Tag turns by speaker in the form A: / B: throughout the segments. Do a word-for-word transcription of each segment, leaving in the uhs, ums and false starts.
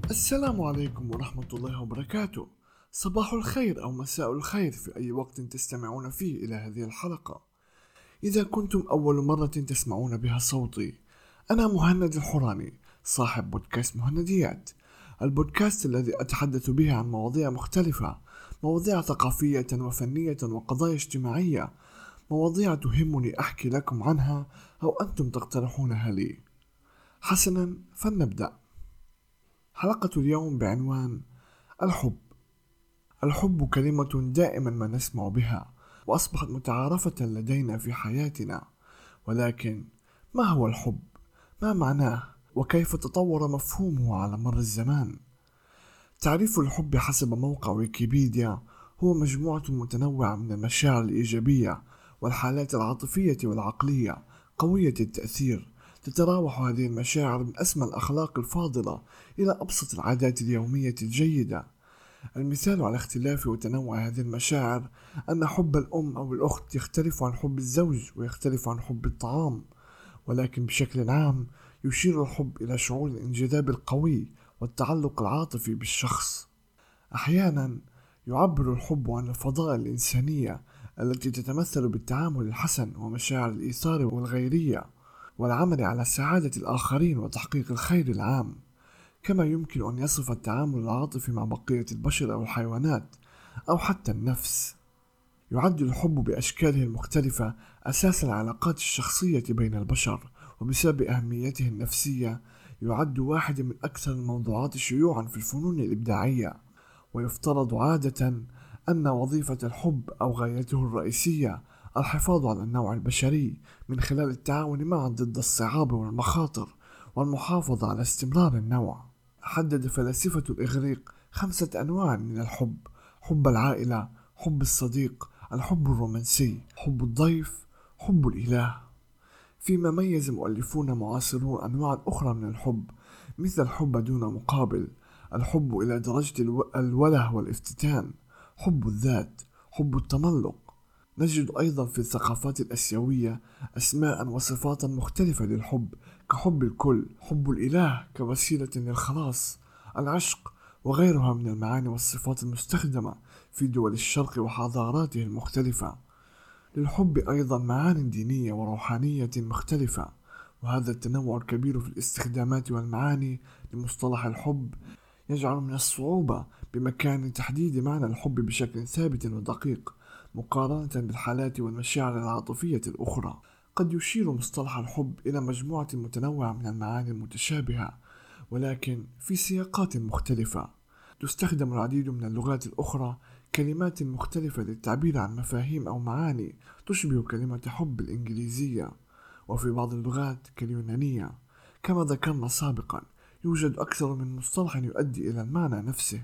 A: السلام عليكم ورحمة الله وبركاته. صباح الخير أو مساء الخير في أي وقت تستمعون فيه إلى هذه الحلقة. إذا كنتم أول مرة تسمعون بها صوتي، أنا مهند الحوراني، صاحب بودكاست مهنديات، البودكاست الذي أتحدث به عن مواضيع مختلفة، مواضيع ثقافية وفنية وقضايا اجتماعية، مواضيع تهمني أحكي لكم عنها أو أنتم تقترحونها لي. حسنا، فلنبدأ. حلقة اليوم بعنوان الحب. الحب كلمة دائما ما نسمع بها وأصبحت متعارفة لدينا في حياتنا، ولكن ما هو الحب؟ ما معناه؟ وكيف تطور مفهومه على مر الزمان؟ تعريف الحب حسب موقع ويكيبيديا هو مجموعة متنوعة من المشاعر الإيجابية والحالات العاطفية والعقلية قوية التأثير. تتراوح هذه المشاعر من أسمى الأخلاق الفاضلة إلى أبسط العادات اليومية الجيدة. المثال على اختلاف وتنوع هذه المشاعر أن حب الأم أو الأخت يختلف عن حب الزوج ويختلف عن حب الطعام، ولكن بشكل عام يشير الحب إلى شعور الانجذاب القوي والتعلق العاطفي بالشخص. أحيانا يعبر الحب عن الفضائل الإنسانية التي تتمثل بالتعامل الحسن ومشاعر الإيثار والغيرية والعمل على سعادة الآخرين وتحقيق الخير العام. كما يمكن أن يصف التعامل العاطفي مع بقية البشر أو الحيوانات أو حتى النفس. يعد الحب بأشكاله المختلفة أساس العلاقات الشخصية بين البشر، وبسبب أهميته النفسية يعد واحد من أكثر الموضوعات شيوعا في الفنون الإبداعية. ويفترض عادة أن وظيفة الحب أو غايته الرئيسية الحفاظ على النوع البشري من خلال التعاون معا ضد الصعاب والمخاطر والمحافظة على استمرار النوع. حدد فلاسفة الإغريق خمسة أنواع من الحب: حب العائلة، حب الصديق، الحب الرومانسي، حب الضيف، حب الإله. فيما ميز مؤلفون معاصرون أنواع أخرى من الحب، مثل الحب دون مقابل، الحب إلى درجة الو... الوله والافتتان، حب الذات، حب التملق. نجد أيضا في الثقافات الأسيوية أسماء وصفات مختلفة للحب، كحب الكل، حب الإله كوسيلة للخلاص، العشق، وغيرها من المعاني والصفات المستخدمة في دول الشرق وحضاراته المختلفة. للحب أيضا معان دينية وروحانية مختلفة، وهذا التنوع الكبير في الاستخدامات والمعاني لمصطلح الحب يجعل من الصعوبة بمكان تحديد معنى الحب بشكل ثابت ودقيق مقارنة بالحالات والمشاعر العاطفية الأخرى. قد يشير مصطلح الحب إلى مجموعة متنوعة من المعاني المتشابهة، ولكن في سياقات مختلفة. تستخدم العديد من اللغات الأخرى كلمات مختلفة للتعبير عن مفاهيم أو معاني تشبه كلمة حب الإنجليزية، وفي بعض اللغات كاليونانية. كما ذكرنا سابقا، يوجد أكثر من مصطلح يؤدي إلى المعنى نفسه.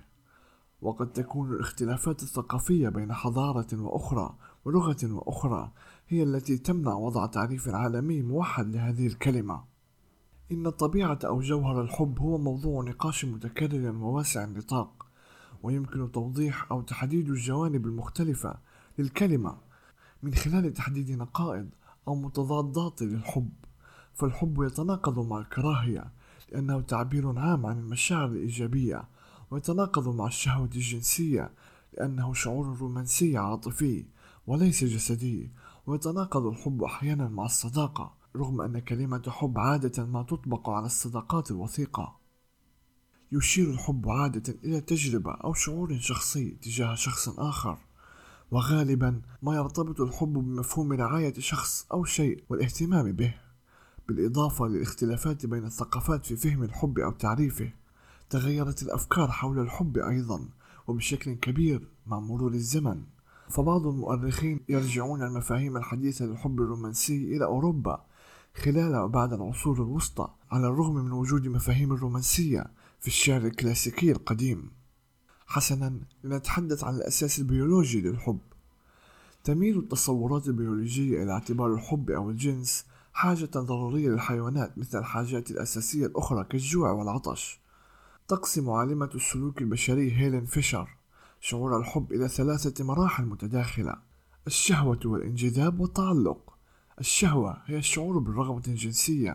A: وقد تكون الاختلافات الثقافية بين حضارة وأخرى ولغة وأخرى هي التي تمنع وضع تعريف عالمي موحد لهذه الكلمة. إن طبيعة أو جوهر الحب هو موضوع نقاش متكرر وواسع النطاق، ويمكن توضيح أو تحديد الجوانب المختلفة للكلمة من خلال تحديد نقائض أو متضادات للحب. فالحب يتناقض مع الكراهية لأنه تعبير عام عن المشاعر الإيجابية، ويتناقض مع الشهوة الجنسية لأنه شعور رومانسي عاطفي وليس جسدي، ويتناقض الحب أحيانا مع الصداقة رغم أن كلمة حب عادة ما تطبق على الصداقات الوثيقة. يشير الحب عادة إلى تجربة أو شعور شخصي تجاه شخص آخر، وغالبا ما يرتبط الحب بمفهوم رعاية شخص أو شيء والاهتمام به. بالإضافة للاختلافات بين الثقافات في فهم الحب أو تعريفه، تغيرت الأفكار حول الحب أيضا وبشكل كبير مع مرور الزمن. فبعض المؤرخين يرجعون المفاهيم الحديثة للحب الرومانسي إلى أوروبا خلال وبعد العصور الوسطى، على الرغم من وجود مفاهيم الرومانسية في الشعر الكلاسيكي القديم. حسنا، لنتحدث عن الأساس البيولوجي للحب. تميل التصورات البيولوجية إلى اعتبار الحب أو الجنس حاجة ضرورية للحيوانات مثل الحاجات الأساسية الأخرى كالجوع والعطش. تقسم عالمة السلوك البشري هيلين فيشر شعور الحب إلى ثلاثة مراحل متداخلة: الشهوة والانجذاب والتعلق. الشهوة هي الشعور بالرغبة الجنسية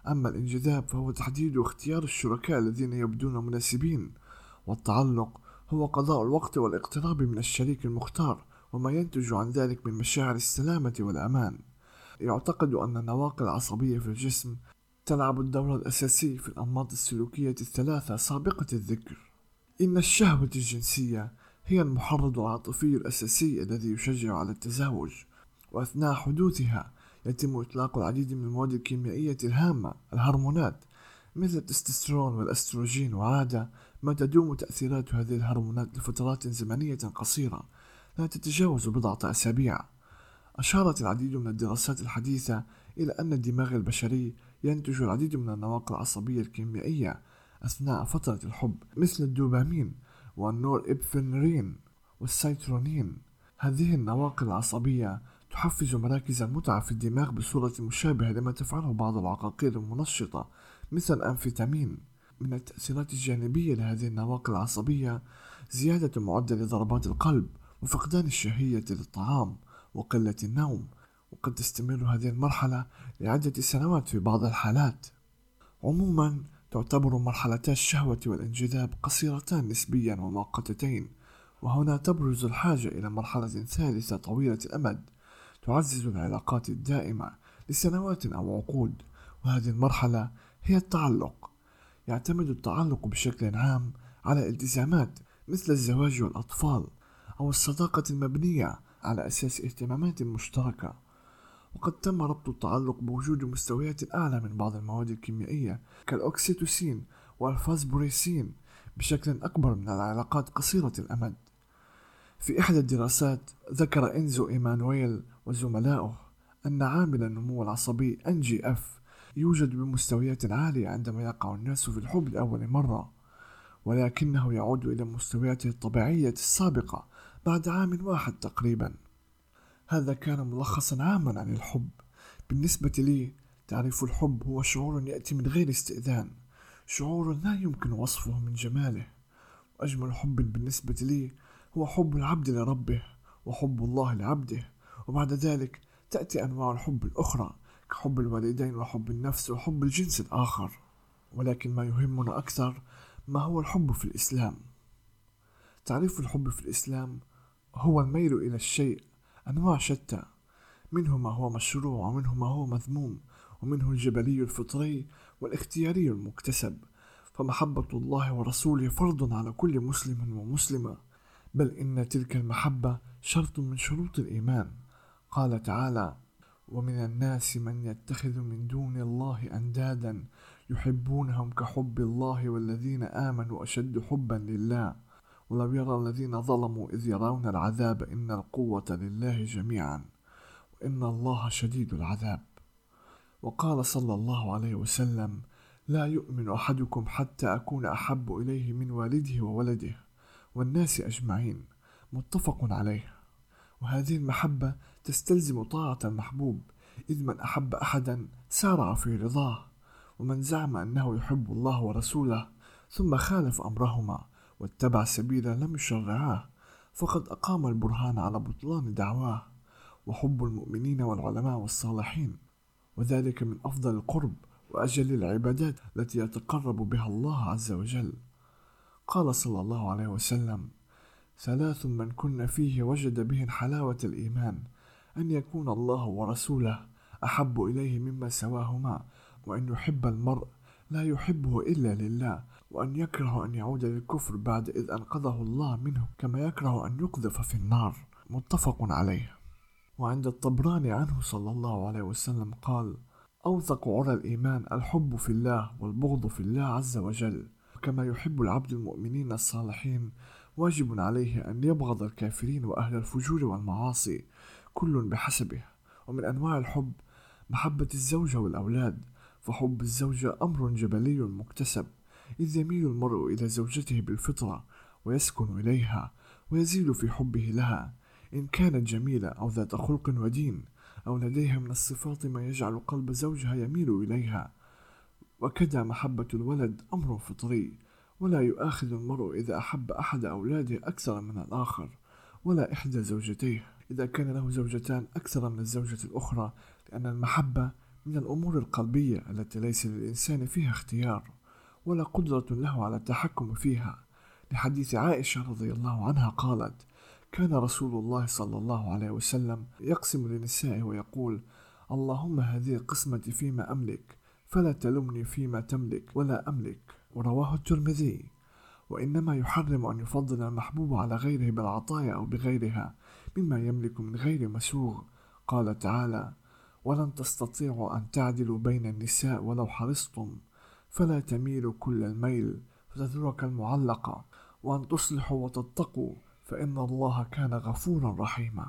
A: أما الانجذاب فهو تحديد واختيار الشركاء الذين يبدون مناسبين، والتعلق هو قضاء الوقت والاقتراب من الشريك المختار وما ينتج عن ذلك من مشاعر السلامة والأمان. يعتقد أن النواقل العصبية في الجسم تلعب الدور الأساسي في الأنماط السلوكية الثلاثة سابقة الذكر. إن الشهوة الجنسية هي المحرض العاطفي الأساسي الذي يشجع على التزاوج، وأثناء حدوثها يتم إطلاق العديد من المواد الكيميائية الهامة الهرمونات مثل التستوستيرون والأستروجين، وعادة ما تدوم تأثيرات هذه الهرمونات لفترات زمنية قصيرة لا تتجاوز بضعة أسابيع. أشارت العديد من الدراسات الحديثة إلى أن الدماغ البشري ينتج العديد من النواقل العصبية الكيميائية أثناء فترة الحب مثل الدوبامين والنور إبفرين والسيترونين. هذه النواقل العصبية تحفز مراكز المتعة في الدماغ بصورة مشابهة لما تفعله بعض العقاقير المنشطة مثل الأمفيتامين. من التأثيرات الجانبية لهذه النواقل العصبية زيادة معدل ضربات القلب وفقدان الشهية للطعام وقلة النوم، وقد تستمر هذه المرحلة لعدة سنوات في بعض الحالات. عموما تعتبر مرحلتا الشهوة والانجذاب قصيرتان نسبيا ومؤقتتين، وهنا تبرز الحاجة إلى مرحلة ثالثة طويلة الأمد تعزز العلاقات الدائمة لسنوات أو عقود، وهذه المرحلة هي التعلق. يعتمد التعلق بشكل عام على التزامات مثل الزواج والأطفال أو الصداقة المبنية على أساس اهتمامات مشتركة، وقد تم ربط التعلق بوجود مستويات أعلى من بعض المواد الكيميائية كالأوكسيتوسين والفاسبوريسين بشكل أكبر من العلاقات قصيرة الأمد. في إحدى الدراسات ذكر إنزو إيمانويل وزملائه أن عامل النمو العصبي إن جي إف يوجد بمستويات عالية عندما يقع الناس في الحب لأول مرة، ولكنه يعود إلى مستوياته الطبيعية السابقة بعد عام واحد تقريبا. هذا كان ملخصا عاما عن الحب. بالنسبة لي تعريف الحب هو شعور يأتي من غير استئذان، شعور لا يمكن وصفه من جماله. وأجمل حب بالنسبة لي هو حب العبد لربه وحب الله لعبده، وبعد ذلك تأتي أنواع الحب الأخرى كحب الوالدين وحب النفس وحب الجنس الآخر. ولكن ما يهمنا أكثر ما هو الحب في الإسلام. تعريف الحب في الإسلام هو الميل إلى الشيء أنواع شتى، منه ما هو مشروع ومنه ما هو مذموم، ومنه الجبلي الفطري والاختياري المكتسب. فمحبة الله ورسوله فرض على كل مسلم ومسلمة، بل إن تلك المحبة شرط من شروط الإيمان. قال تعالى: ومن الناس من يتخذ من دون الله أندادا يحبونهم كحب الله والذين آمنوا أشد حبا لله ولو يرى الذين ظلموا إذ يرون العذاب إن القوة لله جميعا وإن الله شديد العذاب. وقال صلى الله عليه وسلم: لا يؤمن أحدكم حتى أكون أحب إليه من والده وولده والناس أجمعين، متفق عليه. وهذه المحبة تستلزم طاعة المحبوب، إذ من أحب أحدا سارع في رضاه، ومن زعم أنه يحب الله ورسوله ثم خالف أمرهما واتبع سبيلا لم يشرعاه فقد أقام البرهان على بطلان دعواه. وحب المؤمنين والعلماء والصالحين، وذلك من أفضل القرب وأجل العبادات التي يتقرب بها الله عز وجل. قال صلى الله عليه وسلم: ثلاث من كن فيه وجد بهن حلاوة الإيمان، أن يكون الله ورسوله أحب إليه مما سواهما، وأن يحب المرء لا يحبه إلا لله، وأن يكره أن يعود للكفر بعد إذ أنقذه الله منه كما يكره أن يقذف في النار، متفق عليه. وعند الطبراني عنه صلى الله عليه وسلم قال: أوثق عرى الإيمان الحب في الله والبغض في الله عز وجل. وكما يحب العبد المؤمنين الصالحين واجب عليه أن يبغض الكافرين وأهل الفجور والمعاصي، كل بحسبه. ومن أنواع الحب محبة الزوجة والأولاد، فحب الزوجة أمر جبلي مكتسب، إذ يميل المرء إلى زوجته بالفطرة ويسكن إليها ويزيد في حبه لها إن كانت جميلة أو ذات خلق ودين أو لديها من الصفات ما يجعل قلب زوجها يميل إليها. وكذا محبة الولد أمر فطري، ولا يؤاخذ المرء إذا أحب أحد أولاده أكثر من الآخر، ولا إحدى زوجتيه إذا كان له زوجتان أكثر من الزوجة الأخرى، لأن المحبة من الأمور القلبية التي ليس للإنسان فيها اختيار ولا قدرة له على التحكم فيها، لحديث عائشة رضي الله عنها قالت: كان رسول الله صلى الله عليه وسلم يقسم لنسائه ويقول: اللهم هذه قسمتي فيما أملك، فلا تلمني فيما تملك ولا أملك. ورواه الترمذي. وإنما يحرم أن يفضل المحبوب على غيره بالعطايا أو بغيرها مما يملك من غير مسوغ. قال تعالى: ولن تستطيعوا أن تعدلوا بين النساء ولو حرصتم، فلا تميلوا كل الميل فتذروا كالمعلقة، وأن تصلحوا وتتقوا فإن الله كان غفورا رحيما.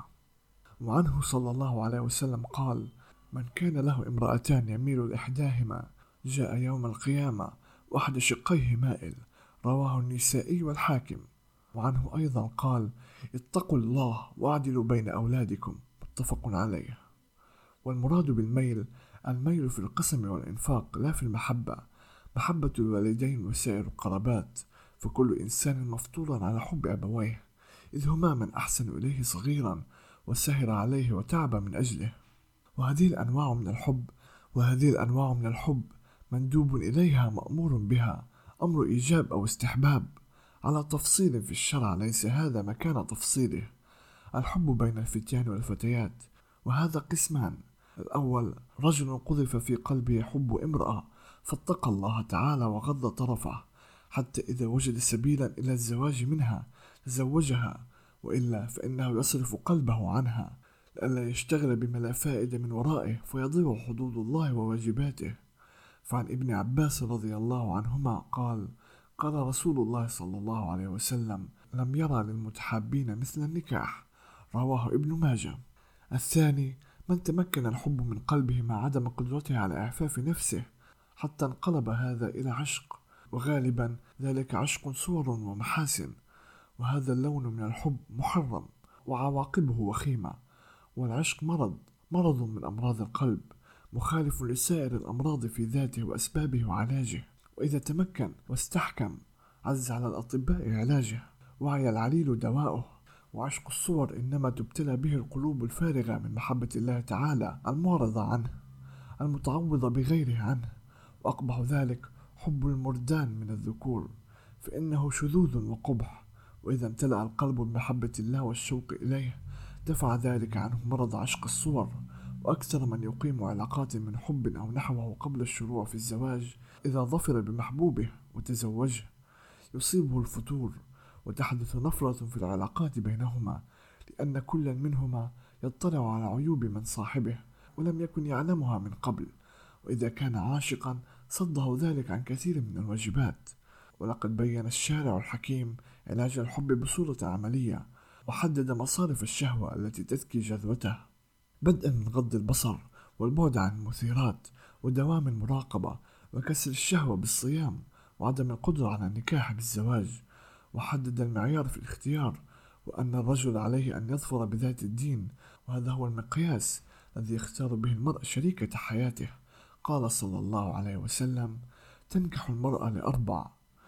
A: وعنه صلى الله عليه وسلم قال: من كان له امرأتان يميل لإحداهما جاء يوم القيامة وأحد شقيه مائل. رواه النسائي والحاكم. وعنه أيضا قال: اتقوا الله واعدلوا بين أولادكم، متفق عليه. والمراد بالميل الميل في القسم والإنفاق لا في المحبة، محبة الوالدين وسائر القرابات، فكل إنسان مفطور على حب أبويه، إذ هما من أحسن إليه صغيرا وسهر عليه وتعب من أجله. وهذه الأنواع من الحب وهذه الأنواع من الحب مندوب إليها مأمور بها، أمر إيجاب أو استحباب على تفصيل في الشرع ليس هذا مكان تفصيله. الحب بين الفتيان والفتيات، وهذا قسمان: الأول رجل قذف في قلبه حب امرأة فاتقى الله تعالى وغض طرفه حتى إذا وجد سبيلا إلى الزواج منها تزوجها، وإلا فإنه يصرف قلبه عنها لئلا يشتغل بما لا فائدة من ورائه فيضيع حدود الله وواجباته. فعن ابن عباس رضي الله عنهما قال: قال رسول الله صلى الله عليه وسلم: لم يرى للمتحابين مثل النكاح. رواه ابن ماجه. الثاني من تمكن الحب من قلبه مع عدم قدرته على إعفاف نفسه حتى انقلب هذا إلى عشق، وغالبا ذلك عشق صور ومحاسن، وهذا اللون من الحب محرم وعواقبه وخيمة. والعشق مرض مرض من أمراض القلب مخالف لسائر الأمراض في ذاته وأسبابه وعلاجه، وإذا تمكن واستحكم عز على الأطباء علاجه وعي العليل دواؤه. وعشق الصور إنما تبتلى به القلوب الفارغة من محبة الله تعالى المعرضة عنه المتعوضة بغيره عنه، وأقبح ذلك حب المردان من الذكور، فإنه شذوذ وقبح. وإذا امتلأ القلب بمحبة الله والشوق إليه دفع ذلك عنه مرض عشق الصور. وأكثر من يقيم علاقات من حب أو نحوه قبل الشروع في الزواج إذا ظفر بمحبوبه وتزوجه يصيبه الفتور، وتحدث نفرة في العلاقات بينهما، لأن كل منهما يطلع على عيوب من صاحبه ولم يكن يعلمها من قبل، وإذا كان عاشقا صده ذلك عن كثير من الواجبات. ولقد بين الشارع الحكيم علاج الحب بصورة عملية، وحدد مصارف الشهوة التي تذكي جذوته، بدءا من غض البصر والبعد عن المثيرات ودوام المراقبة وكسر الشهوة بالصيام وعدم القدرة على النكاح بالزواج. وحدد المعيار في الاختيار، وأن الرجل عليه أن يظفر بذات الدين، وهذا هو المقياس الذي يختار به المرء شريكة حياته. قال صلى الله عليه وسلم: تنكح المرأة لأربع: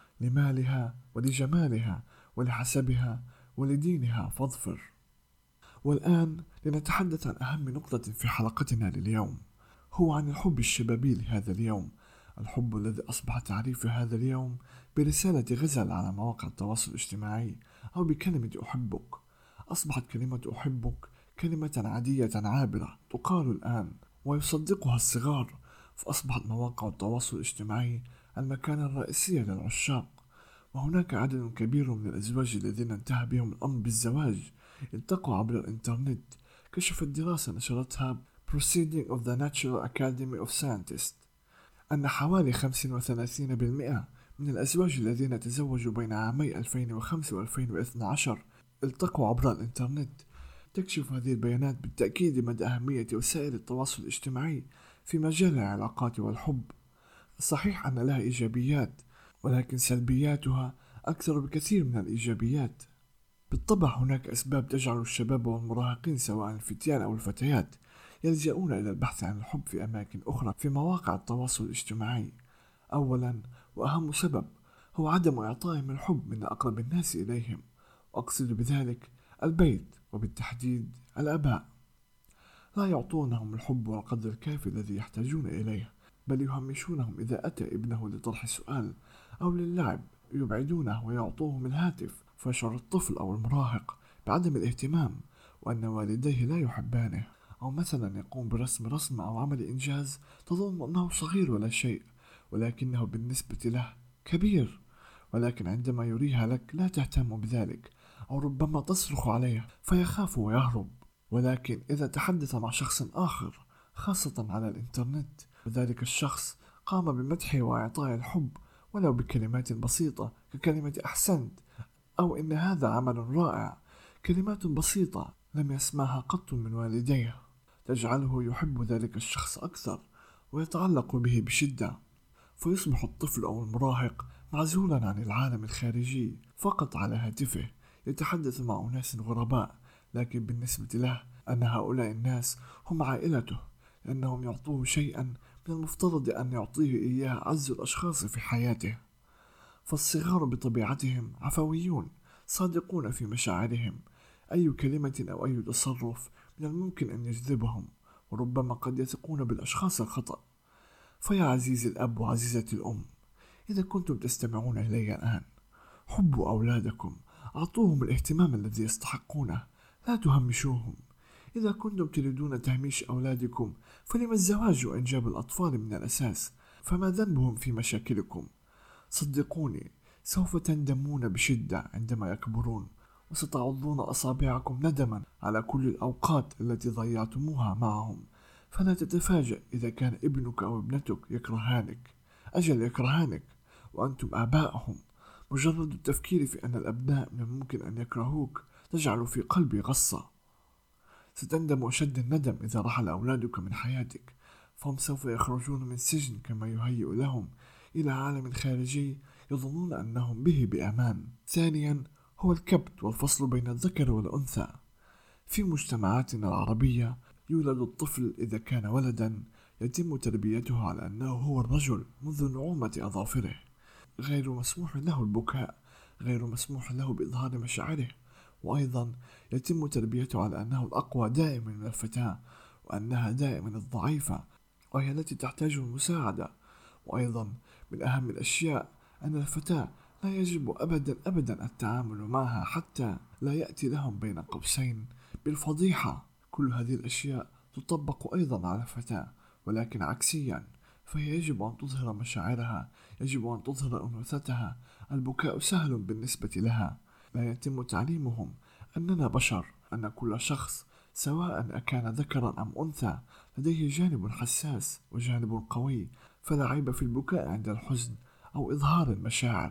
A: لمالها ولجمالها ولحسبها ولدينها فاظفر. والآن لنتحدث عن أهم نقطة في حلقتنا لليوم، هو عن الحب الشبابي لهذا اليوم، الحب الذي أصبح تعريف هذا اليوم برسالة غزل على مواقع التواصل الاجتماعي أو بكلمة أحبك. أصبحت كلمة أحبك كلمة عادية عابرة تقال الآن ويصدقها الصغار، فأصبحت مواقع التواصل الاجتماعي المكان الرئيسي للعشاق. وهناك عدد كبير من الأزواج الذين انتهى بهم الأمر بالزواج التقوا عبر الإنترنت. كشفت دراسة نشرتها Proceeding of the National Academy of Scientists أن حوالي خمسة وثلاثين بالمئة من الأزواج الذين تزوجوا بين عامي ألفين وخمسة وألفين واثني عشر التقوا عبر الإنترنت. تكشف هذه البيانات بالتأكيد مدى أهمية وسائل التواصل الاجتماعي في مجال العلاقات والحب. صحيح أن لها إيجابيات، ولكن سلبياتها أكثر بكثير من الإيجابيات. بالطبع هناك أسباب تجعل الشباب والمراهقين سواء الفتيان أو الفتيات يلجؤون إلى البحث عن الحب في أماكن أخرى في مواقع التواصل الاجتماعي. أولا وأهم سبب هو عدم إعطائهم الحب من أقرب الناس إليهم، وأقصد بذلك البيت وبالتحديد الآباء. لا يعطونهم الحب والقدر الكافي الذي يحتاجون إليه، بل يهمشونهم إذا أتى ابنه لطرح سؤال أو للعب، يبعدونه ويعطوهم الهاتف، فيشعر الطفل أو المراهق بعدم الاهتمام وأن والديه لا يحبانه. أو مثلا يقوم برسم رسمة أو عمل إنجاز تظن أنه صغير ولا شيء، ولكنه بالنسبة له كبير، ولكن عندما يريها لك لا تهتم بذلك، أو ربما تصرخ عليه فيخاف ويهرب. ولكن إذا تحدث مع شخص آخر خاصة على الإنترنت وذلك الشخص قام بمدحه وإعطائه الحب ولو بكلمات بسيطة ككلمة أحسنت أو إن هذا عمل رائع، كلمات بسيطة لم يسمعها قط من والديه، تجعله يحب ذلك الشخص أكثر ويتعلق به بشدة، فيصبح الطفل أو المراهق معزولا عن العالم الخارجي، فقط على هاتفه يتحدث مع أناس غرباء، لكن بالنسبة له أن هؤلاء الناس هم عائلته، لأنهم يعطوه شيئا من المفترض أن يعطيه إياه أعز الأشخاص في حياته. فالصغار بطبيعتهم عفويون صادقون في مشاعرهم، أي كلمة أو أي تصرف من الممكن أن يجذبهم، وربما قد يثقون بالأشخاص الخطأ. فيا عزيزي الأب وعزيزتي الأم، إذا كنتم تستمعون إلي الآن، حبوا أولادكم، أعطوهم الاهتمام الذي يستحقونه، لا تهمشوهم. إذا كنتم تريدون تهميش أولادكم فلما الزواج وإنجاب الأطفال من الأساس؟ فما ذنبهم في مشاكلكم؟ صدقوني سوف تندمون بشدة عندما يكبرون، وستعضون أصابعكم ندما على كل الأوقات التي ضيعتموها معهم. فلا تتفاجأ إذا كان ابنك أو ابنتك يكرهانك، أجل يكرهانك وأنتم آبائهم. مجرد التفكير في أن الأبناء من الممكن أن يكرهوك تجعل في قلبي غصة. ستندم أشد الندم إذا رحل أولادك من حياتك، فهم سوف يخرجون من سجن كما يهيئ لهم إلى عالم خارجي يظنون أنهم به بأمان. ثانيا هو الكبت والفصل بين الذكر والأنثى. في مجتمعاتنا العربية يولد الطفل إذا كان ولدا يتم تربيته على أنه هو الرجل منذ نعومة أظافره، غير مسموح له البكاء، غير مسموح له بإظهار مشاعره، وأيضا يتم تربيته على أنه الأقوى دائما من الفتاة، وأنها دائما الضعيفة وهي التي تحتاج المساعدة. وأيضا من أهم الأشياء أن الفتاة لا يجب أبدا أبدا التعامل معها حتى لا يأتي لهم بين قوسين بالفضيحة. كل هذه الأشياء تطبق أيضا على الفتاة، ولكن عكسيا، فهي يجب أن تظهر مشاعرها، يجب أن تظهر أنوثتها. البكاء سهل بالنسبة لها، لا يتم تعليمهم أننا بشر، أن كل شخص سواء أكان ذكرا أم أنثى لديه جانب حساس وجانب قوي، فلا عيب في البكاء عند الحزن أو إظهار المشاعر.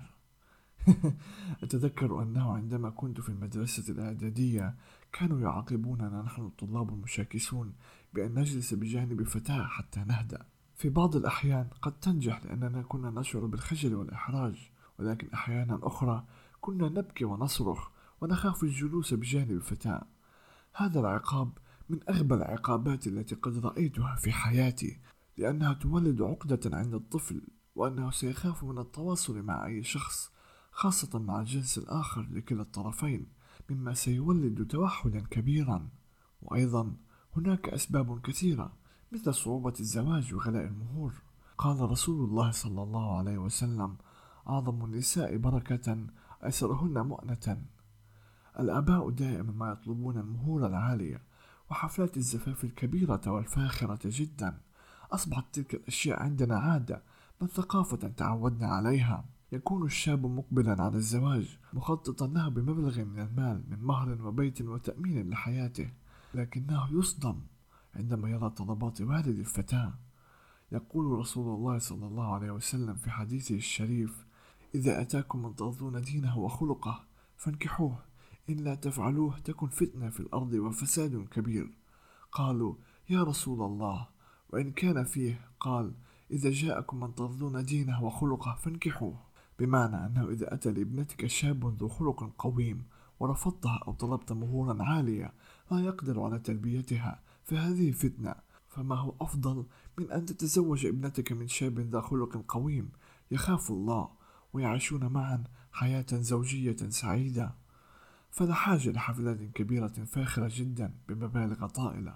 A: أتذكر أنه عندما كنت في المدرسة الإعدادية كانوا يعاقبوننا نحن الطلاب المشاكسون بأن نجلس بجانب فتاة حتى نهدأ. في بعض الأحيان قد تنجح لأننا كنا نشعر بالخجل والإحراج، ولكن أحيانا أخرى كنا نبكي ونصرخ ونخاف الجلوس بجانب فتاة. هذا العقاب من أغبى العقابات التي قد رأيتها في حياتي، لأنها تولد عقدة عند الطفل، وأنه سيخاف من التواصل مع أي شخص، خاصة مع الجنس الآخر لكلا الطرفين، مما سيولد توحدا كبيرا. وأيضا هناك أسباب كثيرة مثل صعوبة الزواج وغلاء المهور. قال رسول الله صلى الله عليه وسلم: أعظم النساء بركة أيسرهن مؤنة. الآباء دائما ما يطلبون المهور العالية وحفلات الزفاف الكبيرة والفاخرة جدا. أصبحت تلك الأشياء عندنا عادة، بل ثقافة تعودنا عليها. يكون الشاب مقبلا على الزواج مخططا له بمبلغ من المال من مهر وبيت وتأمين لحياته، لكنه يصدم عندما يرى طلبات والد الفتاة. يقول رسول الله صلى الله عليه وسلم في حديثه الشريف: إذا أتاكم من ترضون دينه وخلقه فانكحوه، إن لا تفعلوه تكن فتنة في الأرض وفساد كبير. قالوا: يا رسول الله، وإن كان فيه؟ قال: إذا جاءكم من ترضون دينه وخلقه فانكحوه. بمعنى أنه إذا أتى لابنتك شاب ذو خلق قويم ورفضتها أو طلبت مهورا عالية لا يقدر على تلبيتها فهذه فتنة. فما هو أفضل من أن تتزوج ابنتك من شاب ذا خلق قويم يخاف الله، ويعيشون معا حياة زوجية سعيدة. فلا حاجة لحفلات كبيرة فاخرة جدا بمبالغ طائلة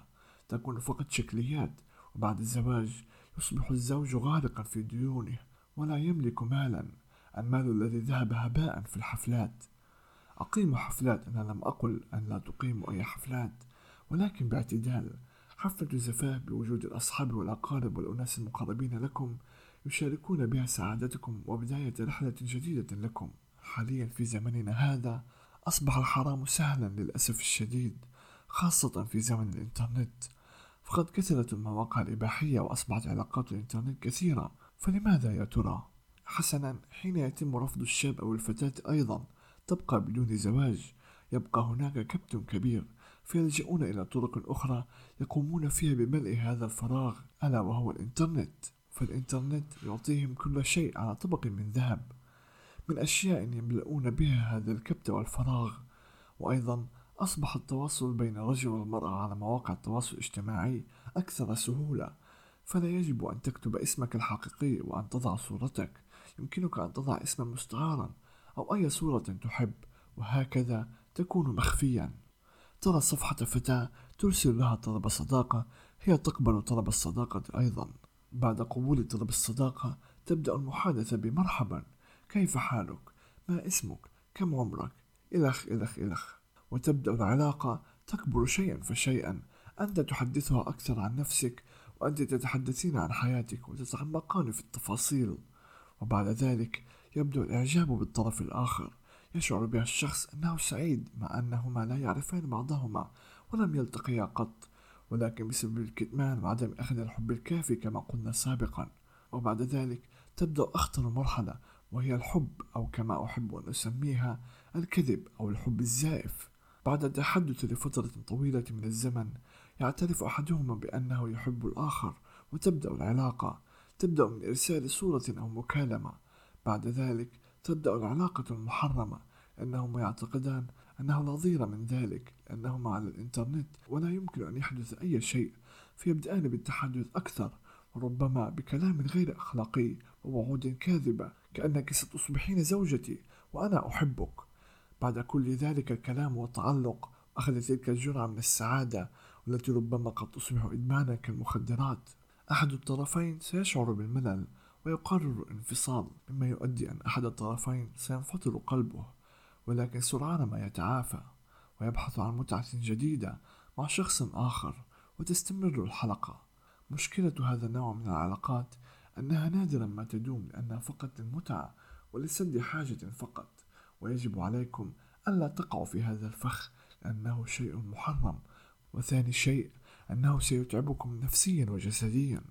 A: تكون فقط شكليات، وبعد الزواج يصبح الزوج غارقا في ديونه ولا يملك مالا، المال الذي ذهب هباء في الحفلات. أقيم حفلات، أنا لم أقل أن لا تقيموا أي حفلات، ولكن باعتدال. حفلة زفاف بوجود الأصحاب والأقارب والأناس المقربين لكم يشاركون بها سعادتكم وبداية رحلة جديدة لكم. حاليا في زمننا هذا أصبح الحرام سهلا للأسف الشديد، خاصة في زمن الإنترنت، فقد كثرت المواقع الإباحية وأصبحت علاقات الإنترنت كثيرة. فلماذا يا ترى؟ حسنا، حين يتم رفض الشاب أو الفتاة أيضا تبقى بدون زواج، يبقى هناك كبت كبير، فيلجؤون إلى طرق أخرى يقومون فيها بملء هذا الفراغ، ألا وهو الإنترنت. فالإنترنت يعطيهم كل شيء على طبق من ذهب، من أشياء يملؤون بها هذا الكبت والفراغ. وأيضا أصبح التواصل بين الرجل والمرأة على مواقع التواصل الاجتماعي أكثر سهولة، فلا يجب أن تكتب اسمك الحقيقي وأن تضع صورتك، يمكنك أن تضع اسما مستعارا أو أي صورة تحب، وهكذا تكون مخفيا. ترى صفحة فتاة ترسل لها طلب صداقة، هي تقبل طلب الصداقة أيضا. بعد قبول طلب الصداقة تبدأ المحادثة بمرحبا، كيف حالك؟ ما اسمك؟ كم عمرك؟ إلخ إلخ إلخ، وتبدأ العلاقة تكبر شيئا فشيئا. أنت تحدثها أكثر عن نفسك، وأنت تتحدثين عن حياتك وتتعمقان في التفاصيل، وبعد ذلك يبدأ الإعجاب بالطرف الآخر، يشعر بها الشخص أنه سعيد مع أنهما لا يعرفان بعضهما ولم يلتقيا قط، ولكن بسبب الكتمان وعدم أخذ الحب الكافي كما قلنا سابقا. وبعد ذلك تبدأ أخطر مرحلة، وهي الحب، أو كما أحب أن أسميها الكذب أو الحب الزائف. بعد التحدث لفترة طويلة من الزمن يعترف أحدهما بأنه يحب الآخر، وتبدأ العلاقة، تبدأ من إرسال صورة أو مكالمة. بعد ذلك تبدأ العلاقة المحرمة، أنهما يعتقدان أنه لا ضير من ذلك لأنهما على الإنترنت ولا يمكن أن يحدث أي شيء، فيبدأان بالتحدث أكثر، وربما بكلام غير أخلاقي ووعود كاذبة، كأنك ستصبحين زوجتي وأنا أحبك. بعد كل ذلك الكلام والتعلق أخذ تلك الجرعة من السعادة، والتي ربما قد تصبح إدمانا كالمخدرات. أحد الطرفين سيشعر بالملل ويقرر الانفصال، مما يؤدي أن أحد الطرفين سينفطر قلبه، ولكن سرعان ما يتعافى ويبحث عن متعة جديدة مع شخص آخر، وتستمر الحلقة. مشكلة هذا النوع من العلاقات أنها نادرا ما تدوم، لأنها فقط للمتعة ولسد حاجة فقط، ويجب عليكم ألا تقعوا في هذا الفخ لأنه شيء محرم. وثاني شيء أنه سيتعبكم نفسيا وجسديا.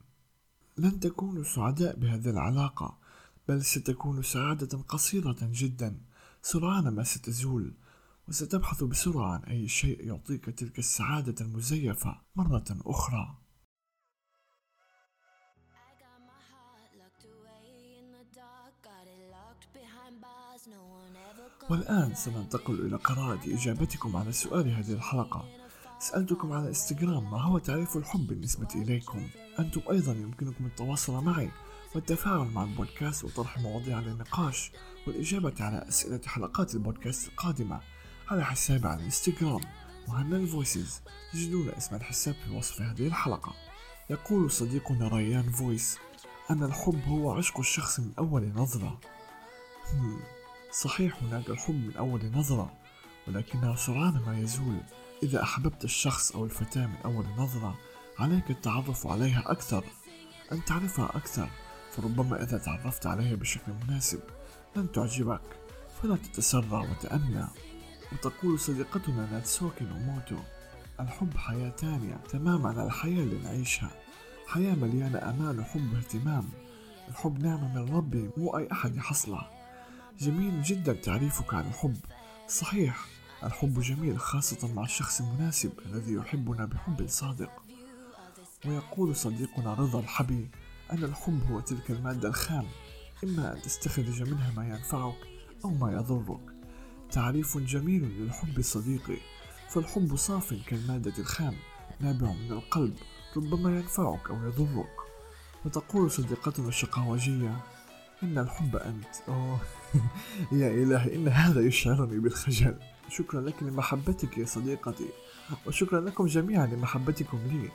A: لن تكونوا سعداء بهذه العلاقة، بل ستكون سعادة قصيرة جدا سرعان ما ستزول، وستبحث بسرعة عن أي شيء يعطيك تلك السعادة المزيفة مرة أخرى. والآن سننتقل إلى قراءة إجابتكم على سؤال هذه الحلقة. سألتكم على إنستغرام ما هو تعريف الحب بالنسبة إليكم. أنتم أيضا يمكنكم التواصل معي والتفاعل مع البودكاست وطرح مواضيع للنقاش والإجابة على أسئلة حلقات البودكاست القادمة على حسابي على الإنستغرام مهند فويسز. تجدون اسم الحساب في وصف هذه الحلقة. يقول صديقنا ريان فويس أن الحب هو عشق الشخص من أول نظرة. صحيح، هناك الحب من أول نظرة، ولكنه سرعان ما يزول. إذا أحببت الشخص أو الفتاة من أول نظرة عليك التعرف عليها أكثر، أن تعرفها أكثر، فربما إذا تعرفت عليها بشكل مناسب لن تعجبك، فلا تتسرع وتأنى. وتقول صديقتنا ناتسوكي نوموتو الحب حياة تانية تماما عن الحياة اللي نعيشها، حياة مليانة أمان وحب واهتمام. الحب نعمة من ربي مو أي أحد يحصلها. جميل جدا تعريفك عن الحب. صحيح، الحب جميل خاصة مع الشخص المناسب الذي يحبنا بحب صادق. ويقول صديقنا رضا الحبي أن الحب هو تلك المادة الخام، إما أن تستخرج منها ما ينفعك أو ما يضرك. تعريف جميل للحب صديقي، فالحب صاف كالمادة الخام، نابع من القلب، ربما ينفعك أو يضرك. وتقول صديقتنا الشقاوجية إن الحب أنت. أوه يا إلهي، إن هذا يشعرني بالخجل. شكرا لك لمحبتك يا صديقتي، وشكرا لكم جميعا لمحبتكم لي.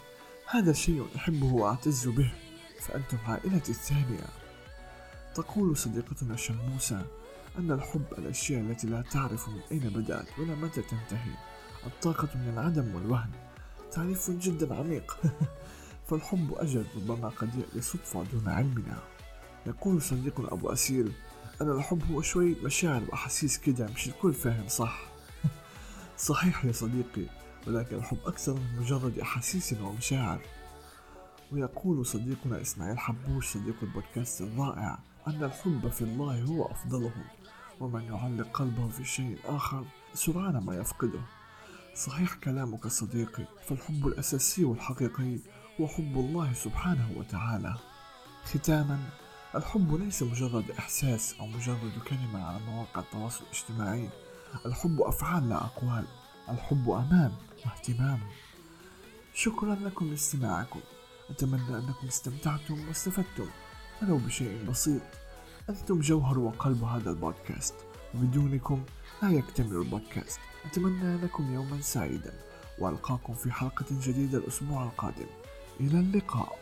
A: هذا شيء أحبه وأعتز به، فأنتم عائلتي الثانية. تقول صديقتنا شموسة أن الحب الأشياء التي لا تعرف من أين بدأت ولا متى تنتهي، الطاقة من العدم والوهن. تعريف جدا عميق. فالحب أجل ربما قد يأتي صدفة دون علمنا. يقول صديقنا أبو أسيل أن الحب هو شوية مشاعر وأحاسيس كده، مش الكل فاهم صح. صحيح يا صديقي، ولكن الحب أكثر من مجرد أحاسيس ومشاعر. ويقول صديقنا إسماعيل حبوش صديق البودكاست الرائع أن الحب في الله هو أفضلهم، ومن يعلق قلبه في شيء آخر سرعان ما يفقده. صحيح كلامك صديقي، فالحب الأساسي والحقيقي هو حب الله سبحانه وتعالى. ختاما، الحب ليس مجرد إحساس أو مجرد كلمة على مواقع التواصل الاجتماعي. الحب أفعال لا أقوال. الحب أمان واهتمام. شكرا لكم لاستماعكم. أتمنى أنكم استمتعتم واستفدتم ولو بشيء بسيط. أنتم جوهر وقلب هذا البودكاست، وبدونكم لا يكتمل البودكاست. أتمنى لكم يوما سعيدا، وألقاكم في حلقة جديدة الأسبوع القادم. إلى اللقاء.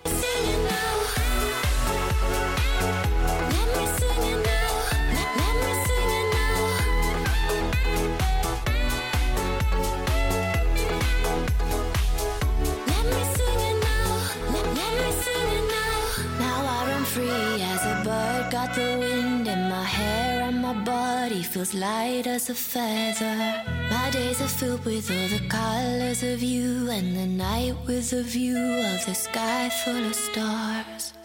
B: Got the wind in my hair and my body feels light as a feather. My days are filled with all the colors of you, and the night with a view of the sky full of stars.